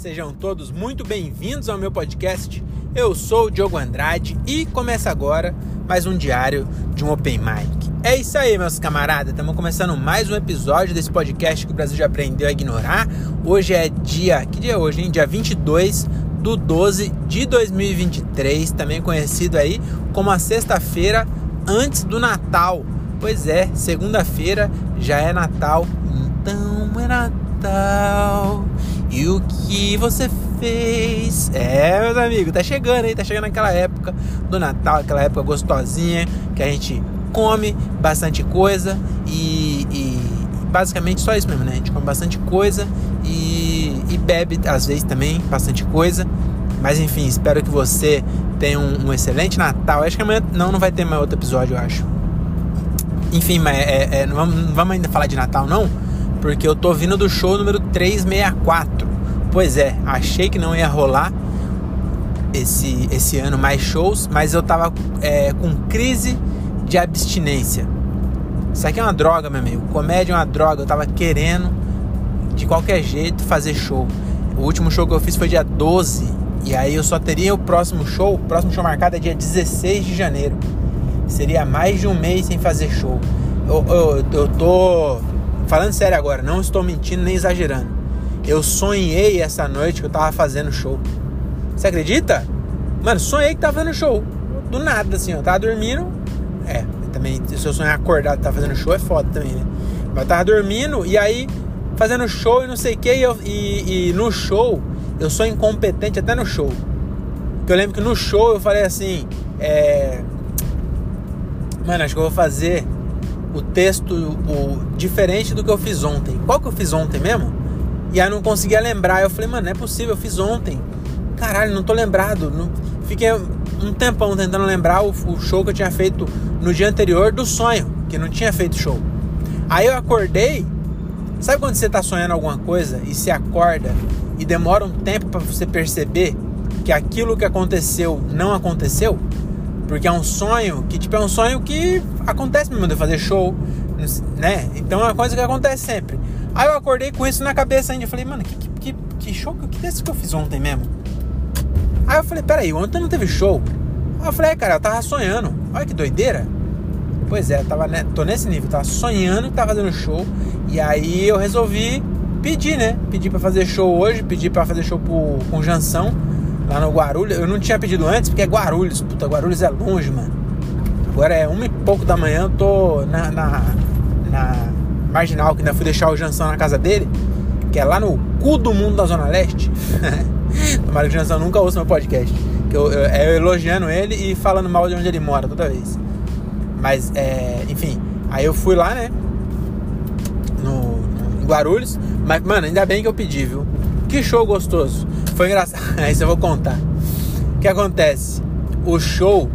sejam todos muito bem-vindos ao meu podcast. Eu sou o Diogo Andrade e começa agora mais um diário de um Open Mic. É isso aí, meus camaradas, estamos começando mais um episódio desse podcast que o Brasil já aprendeu a ignorar. Hoje é dia 22/12 de 2023, também conhecido aí como a sexta-feira antes do Natal. Pois é, segunda-feira já é Natal, então é Natal. E o que você fez? Meus amigos, tá chegando aí, tá chegando aquela época do Natal, aquela época gostosinha, que a gente come bastante coisa e basicamente só isso mesmo, né? A gente come bastante coisa e bebe, às vezes, também bastante coisa. Mas enfim, espero que você tenha um excelente Natal. Acho que amanhã não vai ter mais outro episódio, eu acho. Enfim, mas não vamos ainda falar de Natal, não, porque eu tô vindo do show número 364. Pois é, achei que não ia rolar esse ano mais shows, mas eu tava com crise de abstinência. Isso aqui é uma droga, meu amigo. Comédia é uma droga. Eu tava querendo, de qualquer jeito, fazer show. O último show que eu fiz foi dia 12. E aí eu só teria o próximo show marcado é dia 16 de janeiro. Seria mais de um mês sem fazer show. Eu tô falando sério agora, não estou mentindo nem exagerando. Eu sonhei essa noite que eu tava fazendo show. Você acredita? Mano, sonhei que tava fazendo show. Do nada, assim, eu tava dormindo. Também, se eu sonhar acordado e tava fazendo show, é foda também, né? Mas eu tava dormindo e aí fazendo show e não sei o que. E no show, eu sou incompetente até no show. Porque eu lembro que no show eu falei assim, mano, acho que eu vou fazer o texto diferente do que eu fiz ontem. Qual que eu fiz ontem mesmo? E aí eu não conseguia lembrar. Eu falei, mano, não é possível, eu fiz ontem. Caralho, não tô lembrado. Fiquei um tempão tentando lembrar o show que eu tinha feito no dia anterior do sonho, que não tinha feito show. Aí eu acordei. Sabe quando você tá sonhando alguma coisa e se acorda e demora um tempo pra você perceber que aquilo que aconteceu não aconteceu? Porque é um sonho que, é um sonho que acontece mesmo de fazer show, né? Então é uma coisa que acontece sempre. Aí eu acordei com isso na cabeça ainda. Eu falei, mano, que show, que desse que eu fiz ontem mesmo? Aí eu falei, peraí, ontem não teve show? Aí eu falei, cara, eu tava sonhando. Olha que doideira. Pois é, tô nesse nível, tava sonhando que tava fazendo show. E aí eu resolvi pedir, né? Pedi pra fazer show hoje, pedi pra fazer show com o Jansão, lá no Guarulhos. Eu não tinha pedido antes, porque é Guarulhos. Puta, Guarulhos é longe, mano. Agora é 1 e pouco da manhã, eu tô na Marginal, que ainda fui deixar o Jansão na casa dele, que é lá no cu do mundo da Zona Leste. Tomara que o Jansão nunca ouça meu podcast, que eu elogiando ele e falando mal de onde ele mora toda vez. Mas, enfim, aí eu fui lá, né, em Guarulhos. Mas, mano, ainda bem que eu pedi, viu? Que show gostoso. Foi engraçado. Isso eu vou contar. O que acontece? O show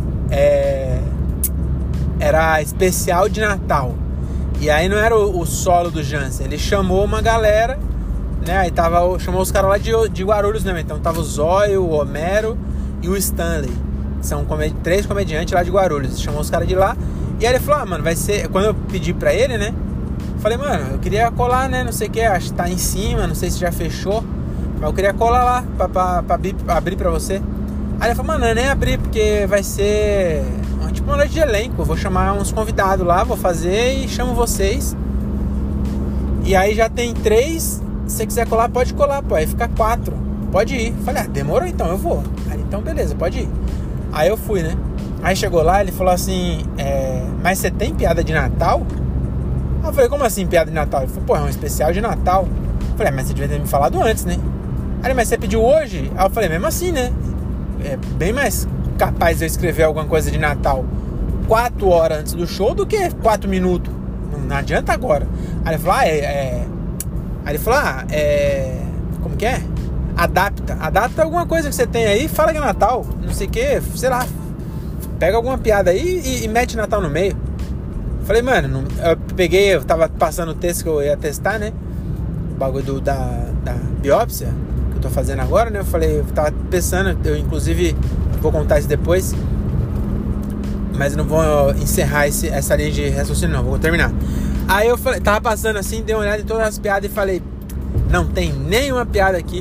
era especial de Natal. E aí não era o solo do Jansen. Ele chamou uma galera, né? Aí chamou os caras lá de Guarulhos, né? Então tava o Zóio, o Homero e o Stanley. São 3 comediantes lá de Guarulhos. Chamou os caras de lá. E aí ele falou, mano, vai ser... Quando eu pedi pra ele, né? Falei, mano, eu queria colar, né? Não sei o que, acho que tá em cima, não sei se já fechou. Mas eu queria colar lá pra abrir pra você. Aí ele falou, mano, eu nem abrir, porque vai ser tipo uma noite de elenco. Eu vou chamar uns convidados lá, vou fazer e chamo vocês. E aí já tem 3. Se você quiser colar, pode colar, pô. Aí fica 4. Pode ir. Falei, demorou então, eu vou. Aí, então beleza, pode ir. Aí eu fui, né? Aí chegou lá, ele falou assim, mas você tem piada de Natal? Aí eu falei, como assim piada de Natal? Ele falou, pô, é um especial de Natal. Eu falei, mas você devia ter me falado antes, né? Aí, mas você pediu hoje? Aí eu falei, mesmo assim, né? É bem mais capaz de eu escrever alguma coisa de Natal 4 horas antes do show do que 4 minutos. Não adianta agora. Aí ele falou, Aí ele falou, como que é? Adapta alguma coisa que você tem aí, fala que é Natal, não sei o que, sei lá. Pega alguma piada aí e mete Natal no meio. Falei, mano, eu tava passando o texto que eu ia testar, né? O bagulho da biópsia que eu tô fazendo agora, né? Eu tava pensando, eu inclusive vou contar isso depois, mas eu não vou encerrar essa linha de raciocínio, não, vou terminar. Aí eu falei, tava passando assim, dei uma olhada em todas as piadas e falei, não tem nenhuma piada aqui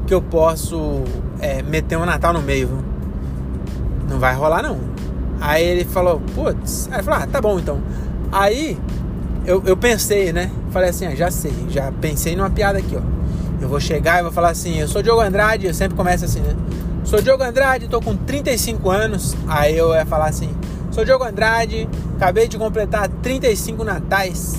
que eu posso meter um Natal no meio, viu? Não vai rolar, não. Aí ele falou, putz. Aí eu falei, tá bom, então. Aí eu pensei, né? Falei assim, já sei. Já pensei numa piada aqui, ó. Eu vou chegar e vou falar assim, eu sou Diogo Andrade. Eu sempre começo assim, né? Sou Diogo Andrade, tô com 35 anos. Aí eu ia falar assim, sou Diogo Andrade, acabei de completar 35 natais.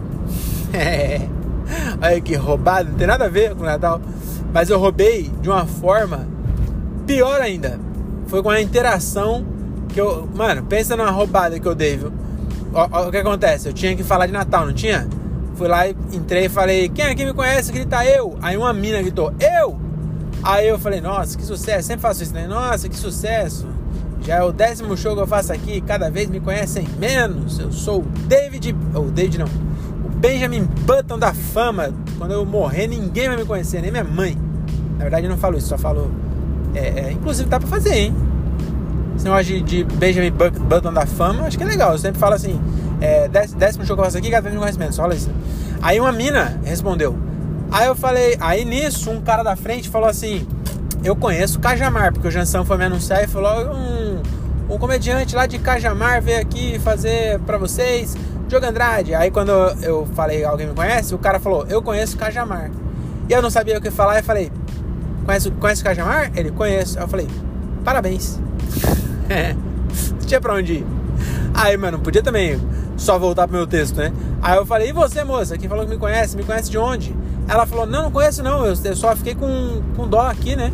Olha que roubado, não tem nada a ver com o Natal. Mas eu roubei de uma forma pior ainda. Foi com a interação que eu... Mano, pensa numa roubada que eu dei, viu? O que acontece? Eu tinha que falar de Natal, não tinha? Fui lá e entrei e falei, quem aqui me conhece? Grita eu. Aí uma mina gritou, eu! Aí eu falei, nossa, que sucesso. Sempre faço isso, né? Nossa, que sucesso. Já é o 10º show que eu faço aqui. Cada vez me conhecem menos. Eu sou o David... Ou David não. O Benjamin Button da fama. Quando eu morrer, ninguém vai me conhecer. Nem minha mãe. Na verdade, eu não falo isso. Só falo... inclusive, dá pra fazer, hein? Esse negócio de Benjamin Button da fama, acho que é legal. Eu sempre falo assim... 10º show que eu faço aqui, cada vez me conhece menos. Só fala isso. Aí uma mina respondeu. Aí eu falei... Aí nisso, um cara da frente falou assim... Eu conheço Cajamar, porque o Jansão foi me anunciar e falou, um comediante lá de Cajamar veio aqui fazer pra vocês, Diogo Andrade. Aí quando eu falei, alguém me conhece? O cara falou, eu conheço Cajamar. E eu não sabia o que falar, eu falei, conhece Cajamar? Ele, conheço. Aí eu falei, parabéns. Tinha pra onde ir. Aí, mano, podia também só voltar pro meu texto, né? Aí eu falei, e você, moça, que falou que me conhece de onde? Ela falou, não conheço não, eu só fiquei com dó aqui, né?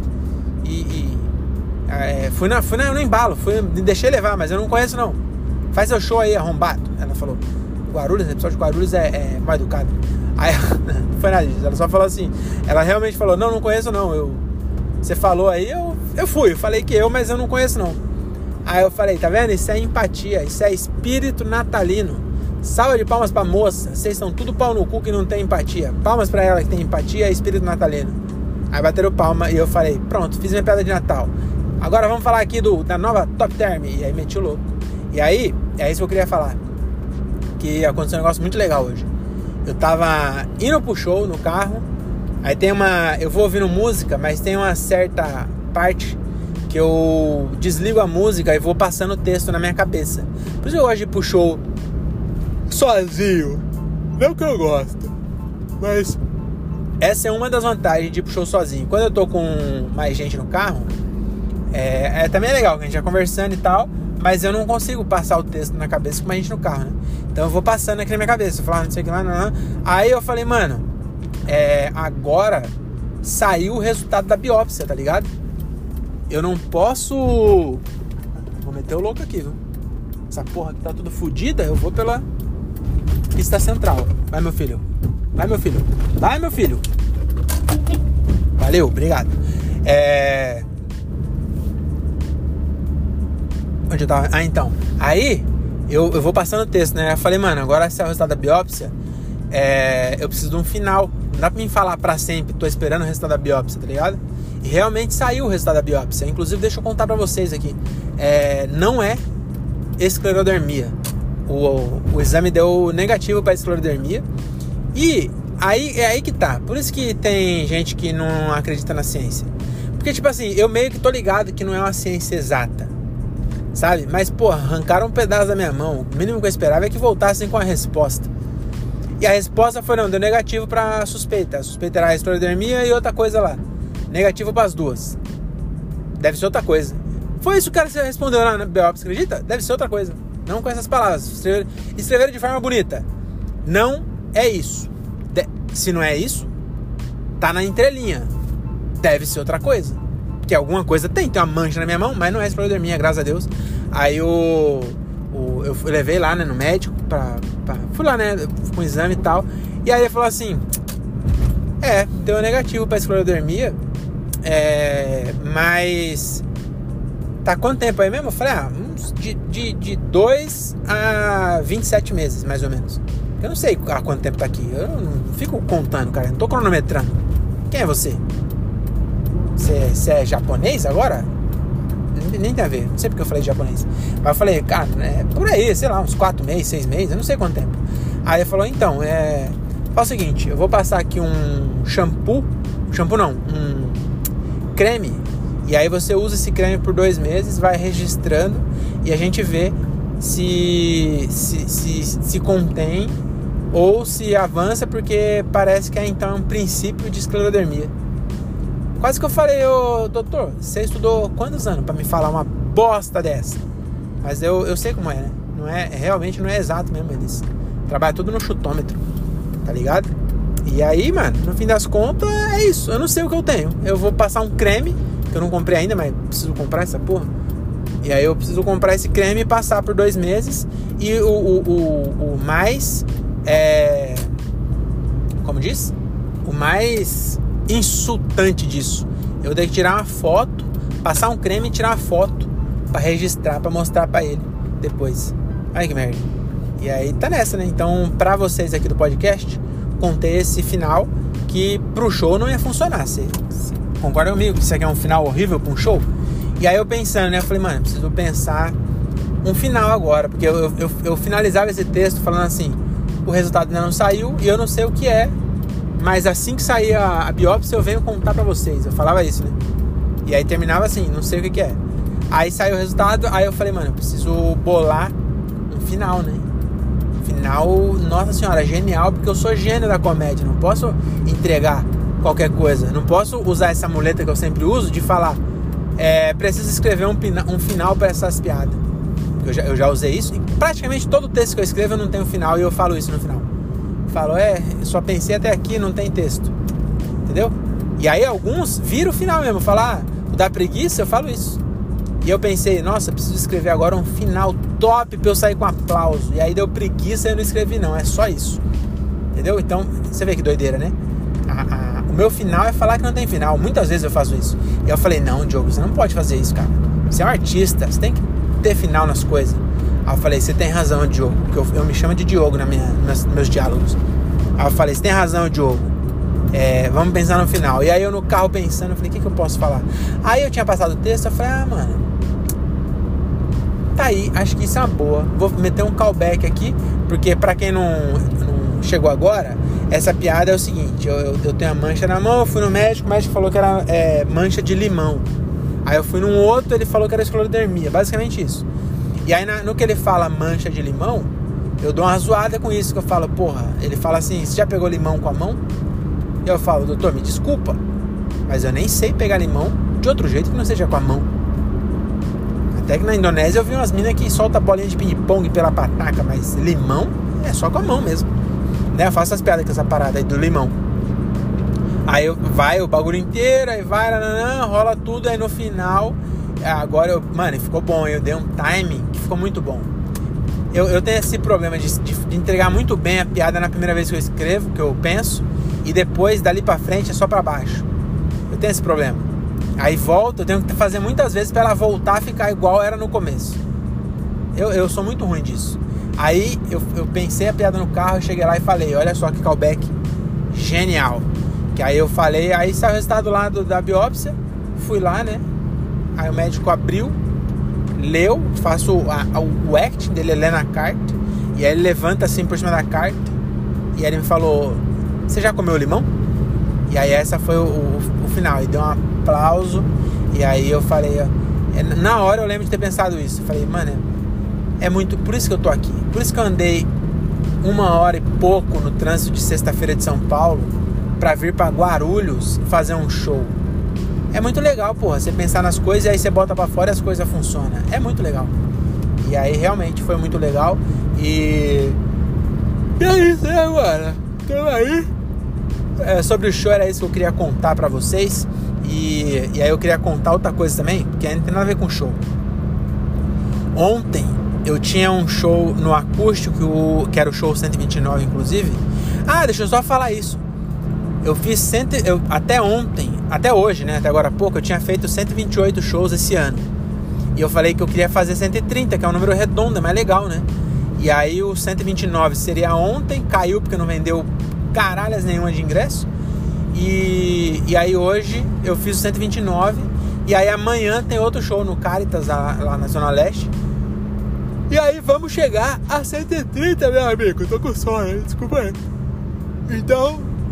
Fui no embalo, me deixei levar, mas eu não conheço não. Faz seu show aí, arrombado. Ela falou, Guarulhos, o pessoal de Guarulhos é mal educado. Aí, não foi nada disso, ela só falou assim, ela realmente falou, não conheço não, você falou aí, eu falei que mas eu não conheço não. Aí eu falei, tá vendo? Isso é empatia, isso é espírito natalino. Salva de palmas pra moça, vocês são tudo pau no cu que não tem empatia. Palmas pra ela que tem empatia, é espírito natalino. Aí bateram palma e eu falei, pronto, fiz minha piada de Natal. Agora vamos falar aqui da nova Top Term. E aí meti o louco. E aí, é isso que eu queria falar. Que aconteceu um negócio muito legal hoje. Eu tava indo pro show no carro. Aí tem eu vou ouvindo música, mas tem uma certa parte que eu desligo a música e vou passando o texto na minha cabeça. Por isso eu gosto de ir pro show sozinho. Não que eu gosto, mas essa é uma das vantagens de ir pro show sozinho. Quando eu tô com mais gente no carro, também é legal, que a gente vai conversando e tal, mas eu não consigo passar o texto na cabeça com mais gente no carro, né? Então eu vou passando aqui na minha cabeça, falando não sei o que lá, não. Aí eu falei, mano, agora saiu o resultado da biópsia, tá ligado? Eu não posso... Vou meter o louco aqui, viu? Essa porra aqui tá tudo fodida, eu vou pela pista central. Vai, meu filho. Vai, meu filho. Vai, meu filho. Valeu, obrigado. Onde eu tava? Então. Aí, eu vou passando o texto, né? Eu falei, mano, agora se é o resultado da biópsia, eu preciso de um final. Não dá pra mim falar pra sempre, tô esperando o resultado da biópsia, tá ligado? E realmente saiu o resultado da biópsia. Inclusive, deixa eu contar pra vocês aqui. Não é esclerodermia. O exame deu negativo pra esclerodermia. E aí que tá. Por isso que tem gente que não acredita na ciência. Porque, tipo assim, eu meio que tô ligado que não é uma ciência exata, sabe? Mas, pô, arrancaram um pedaço da minha mão. O mínimo que eu esperava é que voltassem com a resposta. E a resposta foi, não, deu negativo pra suspeita. A suspeita era a esclerodermia e outra coisa lá. Negativo pras duas. Deve ser outra coisa. Foi isso que o cara respondeu lá na biópsia, acredita? Deve ser outra coisa. Não com essas palavras. Escreveram de forma bonita. Não é isso. Se não é isso, tá na entrelinha. Deve ser outra coisa. Porque alguma coisa tem uma mancha na minha mão, mas não é esclerodermia, graças a Deus. Aí eu levei lá, né, no médico fui lá, né, com o exame e tal. E aí ele falou assim, deu negativo pra esclerodermia, mas tá quanto tempo aí mesmo? Eu falei, uns de 2 a 27 meses, mais ou menos. Eu não sei há quanto tempo tá aqui. Eu não fico contando, cara. Não tô cronometrando. Quem é você? Você é japonês agora? Nem tem a ver. Não sei porque eu falei de japonês. Mas eu falei, cara, por aí, sei lá, uns 4 meses, 6 meses. Eu não sei quanto tempo. Aí ele falou, então, faz o seguinte. Eu vou passar aqui um shampoo. Shampoo não. creme. E aí você usa esse creme por 2 meses, vai registrando e a gente vê se contém ou se avança, porque parece que é então um princípio de esclerodermia. Quase que eu falei, ô doutor, você estudou quantos anos para me falar uma bosta dessa? Mas eu sei como é, né? Realmente não é exato mesmo, eles trabalham tudo no chutômetro, tá ligado? E aí, mano, no fim das contas é isso, eu não sei o que eu tenho. Eu vou passar um creme, que eu não comprei ainda, mas preciso comprar essa porra. E aí eu preciso comprar esse creme e passar por 2 meses. E o mais como diz? O mais insultante disso, eu tenho que tirar uma foto, passar um creme e tirar uma foto pra registrar, pra mostrar pra ele depois. Ai que merda. E aí tá nessa, né? Então, pra vocês aqui do podcast, contei esse final que pro show não ia funcionar. Você concorda comigo que isso aqui é um final horrível pra um show? E aí eu pensando, né? Eu falei, mano, preciso pensar um final agora. Porque eu finalizava esse texto falando assim, o resultado ainda não saiu e eu não sei o que é, mas assim que sair a biópsia eu venho contar pra vocês. Eu falava isso, né? E aí terminava assim, não sei o que é. Aí saiu o resultado, aí eu falei, mano, eu preciso bolar um final, né? Final, nossa senhora, genial, porque eu sou gênio da comédia, não posso entregar qualquer coisa, não posso usar essa muleta que eu sempre uso de falar, preciso escrever um final para essas piadas. Eu já usei isso, e praticamente todo texto que eu escrevo eu não tenho final, e eu falo isso no final. Falo, eu só pensei até aqui, não tem texto, entendeu? E aí alguns viram o final mesmo, falar, o da preguiça, eu falo isso. E eu pensei, nossa, preciso escrever agora um final top pra eu sair com aplauso. E aí deu preguiça e eu não escrevi não, é só isso. Entendeu? Então, você vê que doideira, né? O meu final é falar que não tem final. Muitas vezes eu faço isso. E eu falei, não, Diogo, você não pode fazer isso, cara. Você é um artista, você tem que ter final nas coisas. Aí eu falei, você tem razão, Diogo. Porque eu me chamo de Diogo nos meus diálogos. Aí eu falei, você tem razão, Diogo. Vamos pensar no final. E aí eu no carro pensando, eu falei, o que eu posso falar? Aí eu tinha passado o texto, eu falei, mano, tá aí, acho que isso é uma boa. Vou meter um callback aqui, porque pra quem não chegou agora, essa piada é o seguinte, eu tenho a mancha na mão, eu fui no médico, o médico falou que era mancha de limão. Aí eu fui num outro, ele falou que era esclerodermia, basicamente isso. E aí no que ele fala mancha de limão, eu dou uma zoada com isso, que eu falo, porra, ele fala assim, você já pegou limão com a mão? E eu falo, doutor, me desculpa, mas eu nem sei pegar limão de outro jeito que não seja com a mão. Até que na Indonésia eu vi umas minas que soltam bolinha de ping-pong pela pataca, mas limão é só com a mão mesmo, né? Eu faço as piadas com essa parada aí do limão. Aí vai o bagulho inteiro, aí vai, rola tudo, aí no final, agora mano, ficou bom, eu dei um timing que ficou muito bom. Eu tenho esse problema de entregar muito bem a piada na primeira vez que eu escrevo, que eu penso, e depois, dali pra frente, é só pra baixo. Eu tenho esse problema. Aí volta, eu tenho que fazer muitas vezes pra ela voltar a ficar igual era no começo. Eu sou muito ruim disso. Aí eu pensei a piada no carro, eu cheguei lá e falei, olha só que callback genial. Que aí eu falei, aí saiu o resultado lá da biópsia, fui lá, né? Aí o médico abriu, leu, faço o acting dele, lê na carta, e aí ele levanta assim por cima da carta, e aí ele me falou, você já comeu limão? E aí essa foi o final, e deu um aplauso, e aí eu falei, na hora eu lembro de ter pensado isso, eu falei, mano, é muito, por isso que eu tô aqui, por isso que eu andei 1 hora e pouco no trânsito de sexta-feira de São Paulo, pra vir pra Guarulhos fazer um show. É muito legal, porra, você pensar nas coisas e aí você bota pra fora e as coisas funcionam. É muito legal. E aí realmente foi muito legal. E é isso, né, mano? Então aí, sobre o show era isso que eu queria contar pra vocês. E aí eu queria contar outra coisa também, que não tem nada a ver com show. Ontem eu tinha um show no acústico, que era o show 129, inclusive. Deixa eu só falar isso. Eu fiz até ontem, até hoje, né? Até agora há pouco, eu tinha feito 128 shows esse ano. E eu falei que eu queria fazer 130, que é um número redondo, é mais legal, né? E aí o 129 seria ontem, caiu porque não vendeu caralhas nenhuma de ingresso. E aí hoje eu fiz o 129. E aí amanhã tem outro show no Caritas, lá na Zona Leste. E aí vamos chegar a 130, meu amigo. Eu tô com sono, desculpa aí. Então,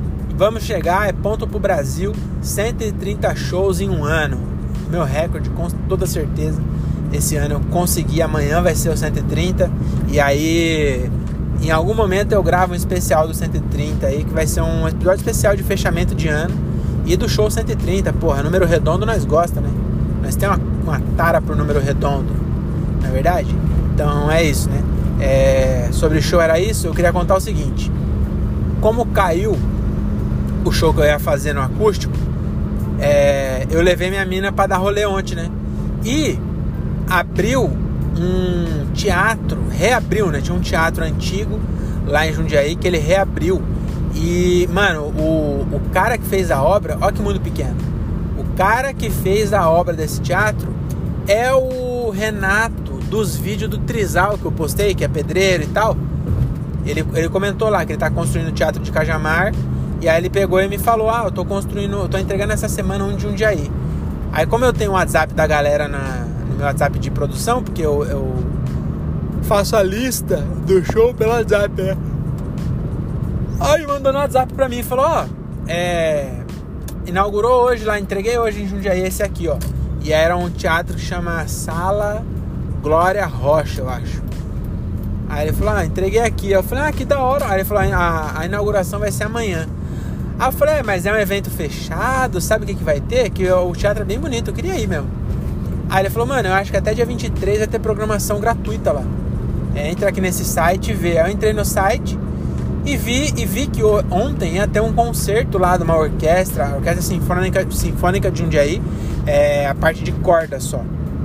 vamos chegar, é ponto pro Brasil, 130 shows em um ano. Meu recorde, com toda certeza. Esse ano eu consegui, amanhã vai ser o 130. E aí, em algum momento eu gravo um especial do 130 aí, que vai ser um episódio especial de fechamento de ano. E do show 130, porra, número redondo nós gosta, né? Nós temos uma tara por número redondo, não é verdade? Então é isso, né? Sobre o show era isso. Eu queria contar o seguinte: como caiu o show que eu ia fazer no acústico, eu levei minha mina pra dar rolê ontem, né? E abriu um teatro, reabriu, né? Tinha um teatro antigo lá em Jundiaí que ele reabriu. E, mano, o cara que fez a obra, ó que mundo pequeno. O cara que fez a obra desse teatro é o Renato dos vídeos do Trizal que eu postei, que é pedreiro e tal. Ele comentou lá que ele tá construindo o teatro de Cajamar. E aí ele pegou e me falou: eu tô entregando essa semana um de Jundiaí. Aí como eu tenho o WhatsApp da galera no meu WhatsApp de produção, porque eu faço a lista do show pelo WhatsApp, né? Aí ele mandou no WhatsApp pra mim e falou: inaugurou hoje lá, entreguei hoje em Jundiaí esse aqui, ó. E era um teatro que chama Sala Glória Rocha, eu acho. Aí ele falou: entreguei aqui. Eu falei: que da hora. Aí ele falou: a inauguração vai ser amanhã. Aí eu falei: mas é um evento fechado, sabe o que vai ter? Que o teatro é bem bonito, eu queria ir mesmo. Aí ele falou: mano, eu acho que até dia 23 vai ter programação gratuita lá. Entra aqui nesse site e vê. Aí eu entrei no site e vi que ontem ia ter um concerto lá de uma orquestra, a Orquestra Sinfônica de Jundiaí, a parte de corda só.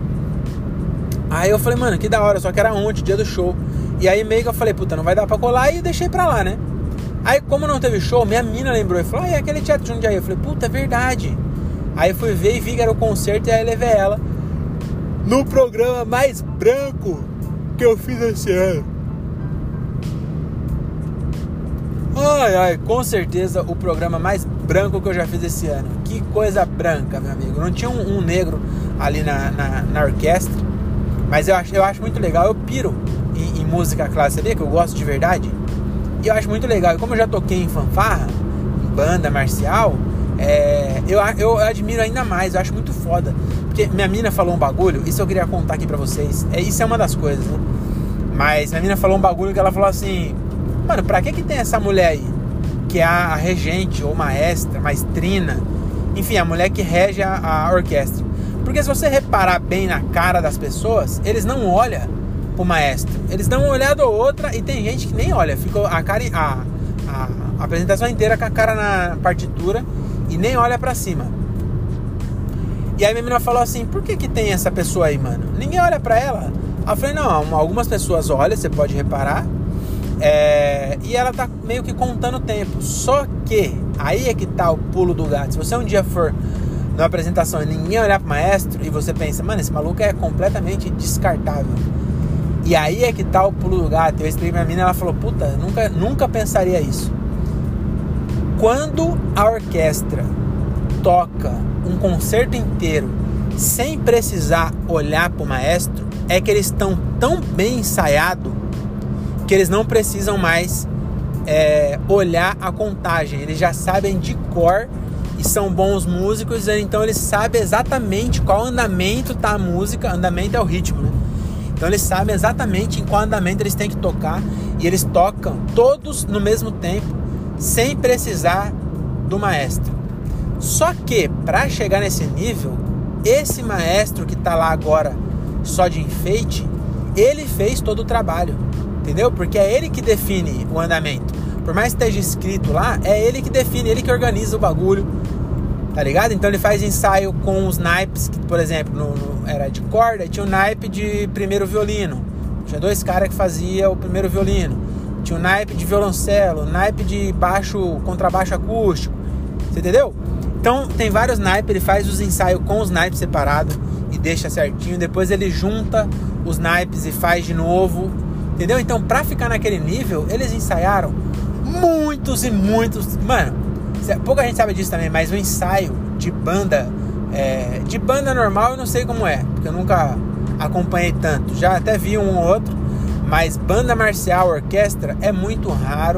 Aí eu falei: mano, que da hora, só que era ontem, dia do show. E aí meio que eu falei: puta, não vai dar pra colar, e deixei pra lá, né? Aí como não teve show, minha mina lembrou e falou: é aquele teatro de Jundiaí. Eu falei: puta, é verdade. Aí fui ver e vi que era o concerto, e aí levei ela no programa mais branco que eu fiz esse ano. Ai, com certeza o programa mais branco que eu já fiz esse ano. Que coisa branca, meu amigo. Não tinha um negro ali na orquestra. Mas eu acho muito legal. Eu piro em música clássica, sabia que eu gosto de verdade? E eu acho muito legal. E como eu já toquei em fanfarra, em banda marcial, eu admiro ainda mais. Eu acho muito foda. Porque minha mina falou um bagulho, isso eu queria contar aqui pra vocês. Isso é uma das coisas, né? Mas minha mina falou um bagulho que ela falou assim: mano, pra que tem essa mulher aí? Que é a regente, ou maestra, maestrina. Enfim, a mulher que rege a orquestra. Porque se você reparar bem na cara das pessoas, eles não olham pro maestro. Eles dão uma olhada ou outra, e tem gente que nem olha. Ficou a apresentação inteira com a cara na partitura e nem olha pra cima. E aí minha menina falou assim: por que tem essa pessoa aí, mano? Ninguém olha pra ela. Aí eu falei: não, algumas pessoas olham, você pode reparar. E ela tá meio que contando o tempo. Só que aí é que tá o pulo do gato. Se você um dia for numa apresentação e ninguém olhar pro maestro e você pensa: mano, esse maluco é completamente descartável. E aí é que tá o pulo do gato. Eu expliquei pra minha menina, ela falou: puta, nunca pensaria isso. Quando a orquestra toca um concerto inteiro sem precisar olhar pro maestro, é que eles estão tão bem ensaiados que eles não precisam mais olhar a contagem. Eles já sabem de cor e são bons músicos, então eles sabem exatamente qual andamento tá a música. Andamento é o ritmo, né? Então eles sabem exatamente em qual andamento eles têm que tocar, e eles tocam todos no mesmo tempo, sem precisar do maestro. Só que para chegar nesse nível, esse maestro que tá lá agora só de enfeite, ele fez todo o trabalho. Entendeu? Porque é ele que define o andamento. Por mais que esteja escrito lá, é ele que define, ele que organiza o bagulho. Tá ligado? Então ele faz ensaio com os naipes, que, por exemplo, era de corda, e tinha o naipe de primeiro violino. Tinha 2 caras que faziam o primeiro violino. Tinha o naipe de violoncelo, naipe de contrabaixo acústico. Você entendeu? Então tem vários naipes, ele faz os ensaios com os naipes separados e deixa certinho. Depois ele junta os naipes e faz de novo. Entendeu? Então, pra ficar naquele nível, eles ensaiaram muitos e muitos... Mano, pouca gente sabe disso também, mas o ensaio de banda... de banda normal eu não sei como é, porque eu nunca acompanhei tanto. Já até vi um ou outro, mas banda marcial, orquestra, é muito raro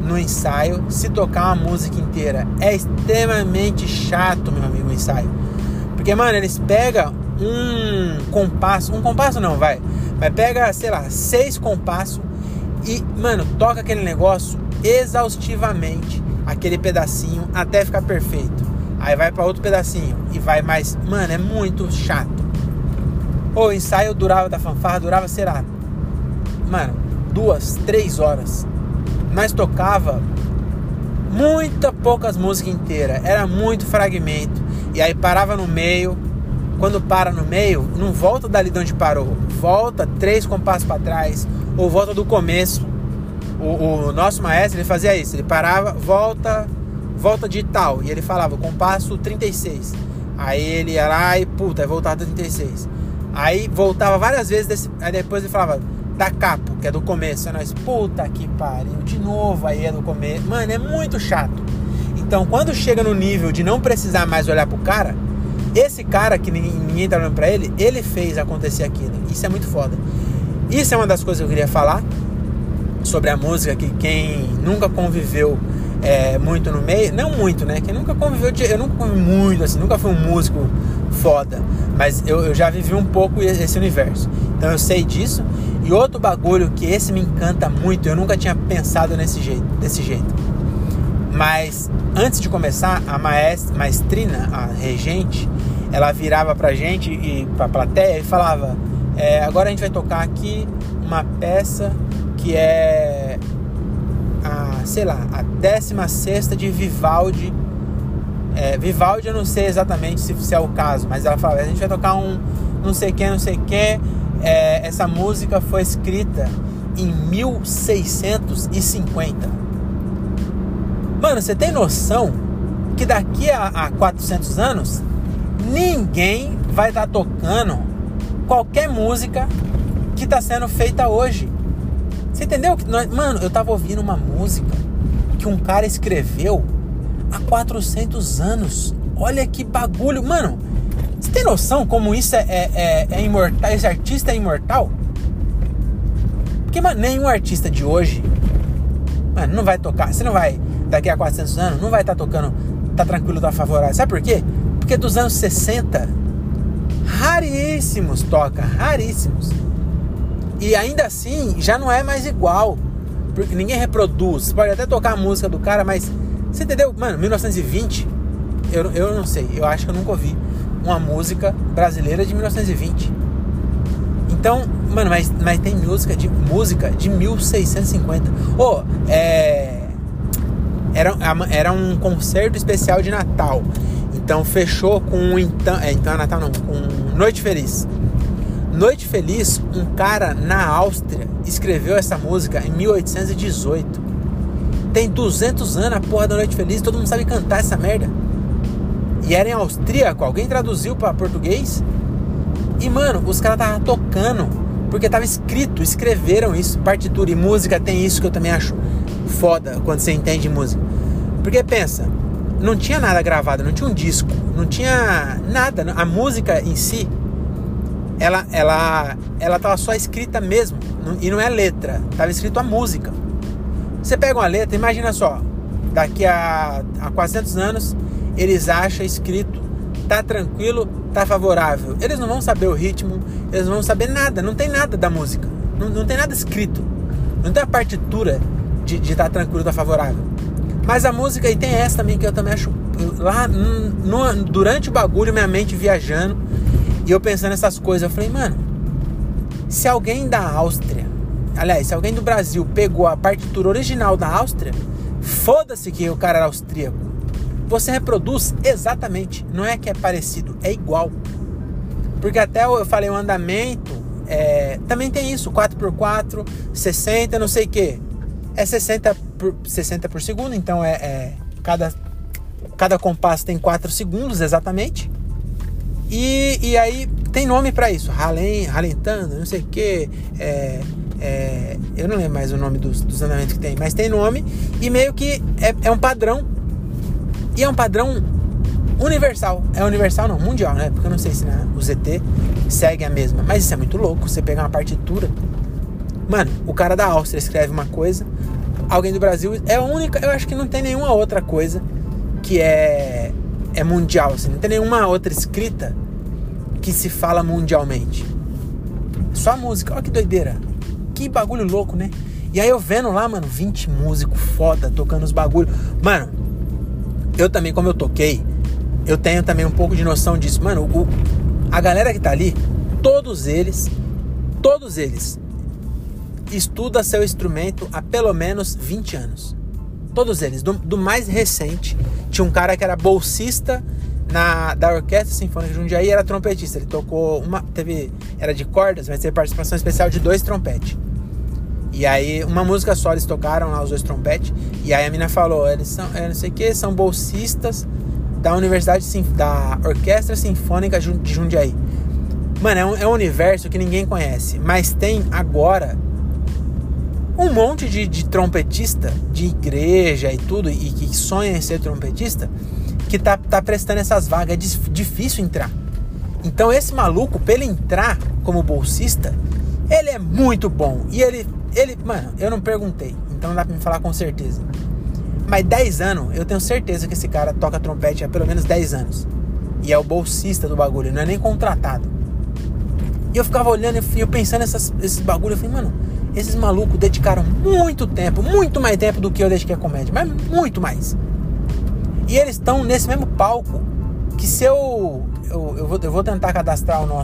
no ensaio, se tocar uma música inteira. É extremamente chato, meu amigo, o ensaio. Porque, mano, eles pegam um compasso não, vai. Mas pega, sei lá, 6 compassos e, mano, toca aquele negócio exaustivamente, aquele pedacinho, até ficar perfeito. Aí vai pra outro pedacinho e vai mais. Mano, é muito chato. O ensaio da fanfarra durava, sei lá, mano, 2, 3 horas. Nós tocava poucas músicas inteiras. Era muito fragmento. E aí parava no meio. Quando para no meio, não volta dali de onde parou. Volta 3 compassos para trás. Ou volta do começo. O nosso maestro, ele fazia isso. Ele parava, volta de tal. E ele falava, compasso 36. Aí ele ia lá e, aí voltava 36. Aí voltava várias vezes. Aí depois ele falava, da capo, que é do começo. Aí nós, puta que pariu. De novo, aí é do começo. Mano, é muito chato. Então, quando chega no nível de não precisar mais olhar pro cara, esse cara que ninguém tá olhando pra ele, ele fez acontecer aquilo. Isso é muito foda. Isso é uma das coisas que eu queria falar sobre a música, que quem nunca conviveu muito no meio, não muito, né? Quem nunca conviveu, eu nunca convivi muito, assim, nunca fui um músico foda, mas eu já vivi um pouco esse universo. Então eu sei disso. E outro bagulho que esse me encanta muito, eu nunca tinha pensado desse jeito. Mas antes de começar, a maestrina, a regente, ela virava pra gente e pra plateia e falava, agora a gente vai tocar aqui uma peça que é a 16ª de Vivaldi. Vivaldi eu não sei exatamente se é o caso, mas ela falava, a gente vai tocar um não sei o que. Essa música foi escrita em 1650. Mano, você tem noção que daqui a 400 anos ninguém vai estar tocando qualquer música que está sendo feita hoje? Você entendeu? Mano, eu tava ouvindo uma música que um cara escreveu há 400 anos. Olha que bagulho. Mano, você tem noção como isso é imortal? Esse artista é imortal? Porque, mano, nenhum artista de hoje, mano, não vai tocar. Você não vai, daqui a 400 anos, não vai estar tocando Tá Tranquilo, Tá Favorável. Sabe por quê? Porque dos anos 60, raríssimos toca, raríssimos. E ainda assim, já não é mais igual. Porque ninguém reproduz. Você pode até tocar a música do cara, mas... Você entendeu? Mano, 1920, eu não sei. Eu acho que eu nunca ouvi uma música brasileira de 1920. Então, mano, mas tem música de 1650. Era um concerto especial de Natal. Então fechou com então é Natal não, com Noite Feliz. Noite Feliz, um cara na Áustria escreveu essa música em 1818. Tem 200 anos a porra da Noite Feliz, todo mundo sabe cantar essa merda. E era em austríaco, alguém traduziu pra português. E, mano, os caras estavam tocando, porque tava escrito, escreveram isso, partitura. E música tem isso que eu também acho foda, quando você entende música. Porque pensa, não tinha nada gravado, não tinha um disco, não tinha nada. A música em si, ela tava só escrita mesmo, e não é letra, tava escrito a música. Você pega uma letra, imagina só, daqui a 400 anos, eles acham escrito, tá tranquilo, tá favorável. Eles não vão saber o ritmo, eles não vão saber nada, não tem nada da música, não tem nada escrito, não tem a partitura de tá tranquilo, tá favorável. Mas a música, e tem essa também que eu também acho, lá durante o bagulho, minha mente viajando, e eu pensando nessas coisas, eu falei, mano, se alguém da Áustria, aliás, se alguém do Brasil pegou a partitura original da Áustria, foda-se que o cara era austríaco. Você reproduz exatamente, não é que é parecido, é igual. Porque até eu falei o andamento, também tem isso, 4x4, 60, não sei o que. É 60 por segundo, então cada compasso tem 4 segundos exatamente. E aí tem nome pra isso, ralentando, não sei o que, eu não lembro mais o nome dos andamentos que tem, mas tem nome, e meio que é um padrão, e é um padrão universal, universal não, mundial, né, porque eu não sei se o ZT segue a mesma, mas isso é muito louco, você pegar uma partitura, mano, o cara da Áustria escreve uma coisa, alguém do Brasil. É a única, eu acho que não tem nenhuma outra coisa que é mundial, assim. Não tem nenhuma outra escrita que se fala mundialmente. Só a música, olha que doideira. Que bagulho louco, né? E aí eu vendo lá, mano, 20 músicos foda tocando os bagulhos. Mano, eu também, como eu toquei, eu tenho também um pouco de noção disso. Mano, a galera que tá ali, todos eles estuda seu instrumento há pelo menos 20 anos. Todos eles. Do mais recente, tinha um cara que era bolsista da Orquestra Sinfônica de Jundiaí, era trompetista. Ele tocou era de cordas, mas teve participação especial de 2 trompetes. E aí, uma música só, eles tocaram lá os 2 trompetes. E aí a mina falou, eles são, não sei o que, são bolsistas da da Orquestra Sinfônica de Jundiaí. Mano, é um universo que ninguém conhece. Mas tem agora um monte de trompetista de igreja e tudo, e que sonha em ser trompetista, que tá prestando essas vagas. É difícil entrar. Então esse maluco, pra ele entrar como bolsista, ele é muito bom. E ele, mano, eu não perguntei, então não dá pra me falar com certeza. Mas 10 anos, eu tenho certeza que esse cara toca trompete há pelo menos 10 anos. E é o bolsista do bagulho, não é nem contratado. E eu ficava olhando e eu pensando esses bagulhos, eu falei, mano, esses malucos dedicaram muito tempo, muito mais tempo do que eu dediquei a comédia, mas muito mais. E eles estão nesse mesmo palco que se eu vou tentar cadastrar o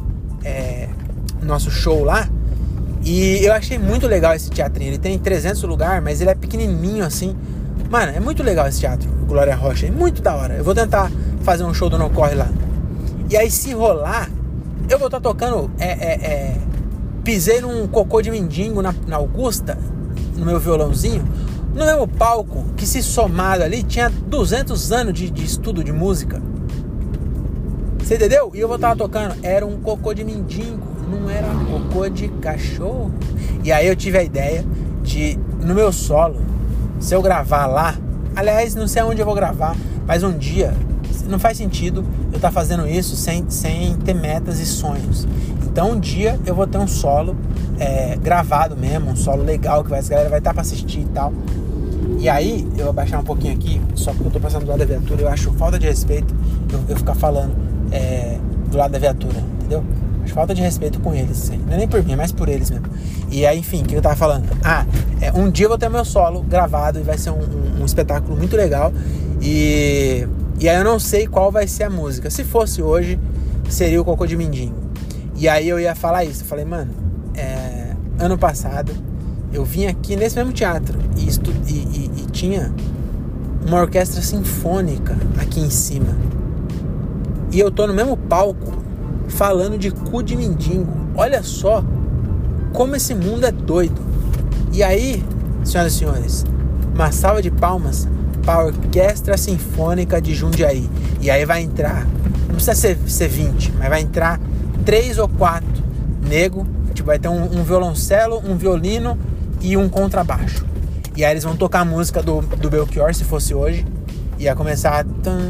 nosso show lá. E eu achei muito legal esse teatrinho. Ele tem 300 lugares, mas ele é pequenininho assim. Mano, é muito legal esse teatro, Glória Rocha, é muito da hora. Eu vou tentar fazer um show do No Corre lá. E aí, se rolar, eu vou estar tocando. Pisei num cocô de mendigo na Augusta, no meu violãozinho, no mesmo palco que, se somado ali, tinha 200 anos de estudo de música. Você entendeu? E eu vou estar tocando. Era um cocô de mendigo, não era cocô de cachorro. E aí eu tive a ideia de, no meu solo, se eu gravar lá, aliás, não sei aonde eu vou gravar, mas um dia, não faz sentido eu estar fazendo isso sem ter metas e sonhos. Então um dia eu vou ter um solo gravado mesmo, um solo legal, que a galera vai estar para assistir e tal. E aí, eu vou abaixar um pouquinho aqui, só porque eu tô passando do lado da viatura, eu acho falta de respeito eu ficar falando do lado da viatura, entendeu? Acho falta de respeito com eles, assim. Não é nem por mim, é mais por eles mesmo. E aí, enfim, o que eu tava falando? Um dia eu vou ter meu solo gravado e vai ser um espetáculo muito legal. E aí eu não sei qual vai ser a música. Se fosse hoje, seria o Cocô de Mendigo. E aí eu ia falar isso. Eu falei, mano, ano passado eu vim aqui nesse mesmo teatro e tinha uma orquestra sinfônica aqui em cima. E eu tô no mesmo palco falando de cu de mendigo. Olha só como esse mundo é doido. E aí, senhoras e senhores, uma salva de palmas para a Orquestra Sinfônica de Jundiaí. E aí vai entrar, não precisa ser 20, mas vai entrar 3 ou 4 nego. Tipo, vai ter um violoncelo, um violino e um contrabaixo. E aí eles vão tocar a música do Belchior, se fosse hoje. Ia começar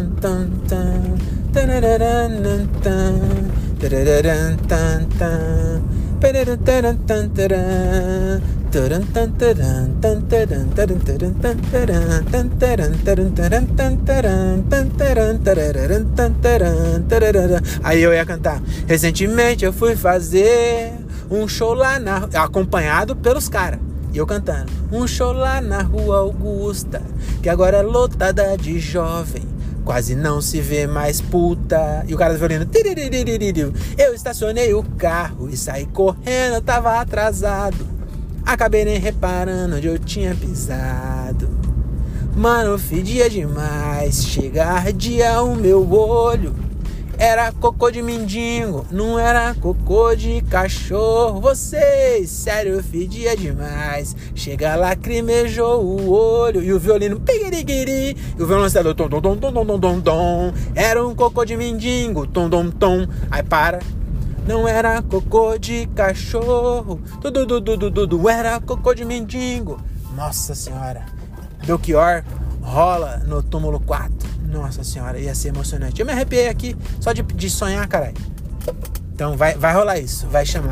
aí eu ia cantar. Recentemente eu fui fazer um show lá acompanhado pelos caras. E eu cantando. Um show lá na Rua Augusta, que agora é lotada de jovem, quase não se vê mais puta. E o cara do violino. Eu estacionei o carro e saí correndo, tava atrasado. Acabei nem reparando onde eu tinha pisado. Mano, fedia demais, chega ardia o meu olho. Era cocô de mendigo, não era cocô de cachorro. Vocês, sério, fedia demais. Chega, lacrimejou o olho. E o violino, pigirigiri. E o violoncelo, tom, tom, tom, tom, tom, tom, tom. Era um cocô de mendigo, tom, tom, tom. Aí para. Não era cocô de cachorro. Tudo, era cocô de mendigo. Nossa senhora. Belchior rola no túmulo 4. Nossa senhora, ia ser emocionante. Eu me arrepiei aqui só de sonhar, caralho. Então vai rolar isso, vai chamar.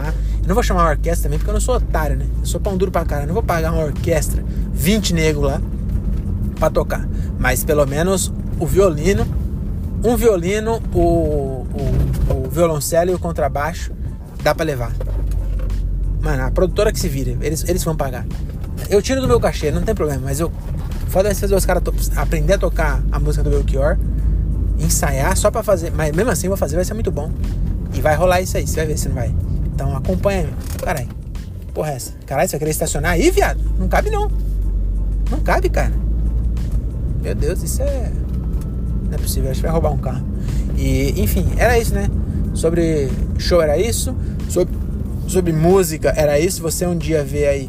Eu não vou chamar uma orquestra também, porque eu não sou otário, né? Eu sou pão duro pra caralho. Eu não vou pagar uma orquestra, 20 negros lá, pra tocar. Mas pelo menos o violino, um violino, o violoncelo e o contrabaixo, dá pra levar. Mano, a produtora que se vira, eles vão pagar. Eu tiro do meu cachê, não tem problema, mas foda é fazer os caras aprender a tocar a música do Belchior, ensaiar só pra fazer, mas mesmo assim eu vou fazer, vai ser muito bom. E vai rolar isso aí, você vai ver se não vai. Então acompanha, caralho. Porra é essa? Caralho, você vai querer estacionar aí, viado? Não cabe não. Não cabe, cara. Meu Deus, isso é... Não é possível, acho que vai roubar um carro. E, enfim, era isso, né? Sobre show era isso. Sobre música era isso. Você um dia vê aí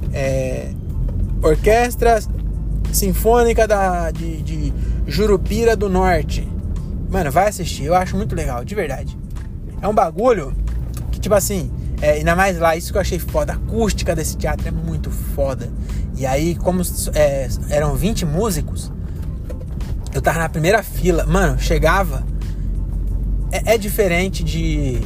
Orquestra Sinfônica de Jurupira do Norte. Mano, vai assistir. Eu acho muito legal, de verdade. É um bagulho que, tipo assim, ainda mais lá, isso que eu achei foda. A acústica desse teatro é muito foda. E aí, como eram 20 músicos, eu tava na primeira fila. Mano, chegava... É diferente de...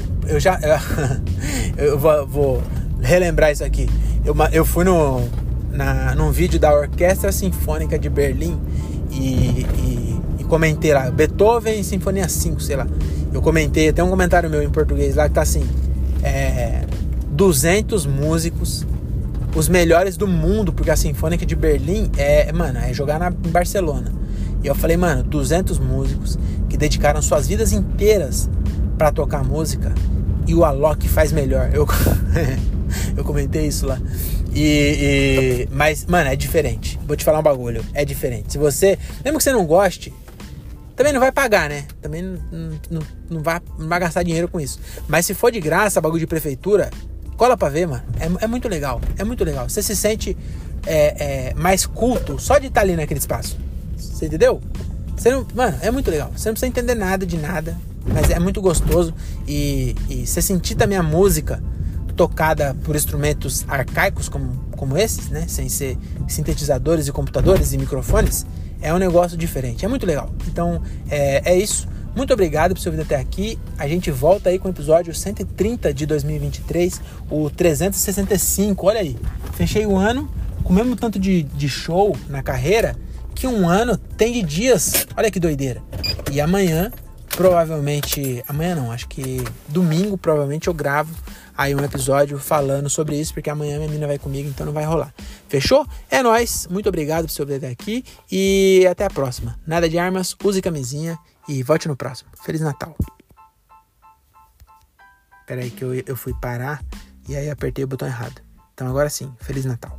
Eu vou relembrar isso aqui. Eu fui num vídeo da Orquestra Sinfônica de Berlim e comentei lá, Beethoven Sinfonia 5, sei lá. Eu comentei, tem um comentário meu em português lá que tá assim, 200 músicos, os melhores do mundo, porque a Sinfônica de Berlim é jogar em Barcelona. E eu falei, mano, 200 músicos que dedicaram suas vidas inteiras pra tocar música, e o Alok faz melhor. Eu comentei isso lá. Mas, mano, é diferente. Vou te falar um bagulho, é diferente. Se você, mesmo que você não goste, também não vai pagar, né? Também não vai gastar dinheiro com isso. Mas se for de graça, bagulho de prefeitura, cola pra ver, mano. É muito legal. É muito legal. Você se sente mais culto só de estar ali naquele espaço. Você entendeu? Mano, é muito legal. Você não precisa entender nada de nada, mas é muito gostoso. E você sentir também a música tocada por instrumentos arcaicos como esses, né? Sem ser sintetizadores e computadores e microfones, é um negócio diferente. É muito legal. Então, é isso. Muito obrigado por você ouvir até aqui. A gente volta aí com o episódio 130 de 2023, o 365. Olha aí, fechei o ano com o mesmo tanto de show na carreira que um ano tem de dias. Olha que doideira. E amanhã, provavelmente... Amanhã não, acho que domingo, provavelmente eu gravo aí um episódio falando sobre isso, porque amanhã minha mina vai comigo, então não vai rolar. Fechou? É nóis. Muito obrigado por você ouvir até aqui e até a próxima. Nada de armas, use camisinha e volte no próximo. Feliz Natal. Pera aí que eu fui parar e aí apertei o botão errado. Então agora sim, Feliz Natal.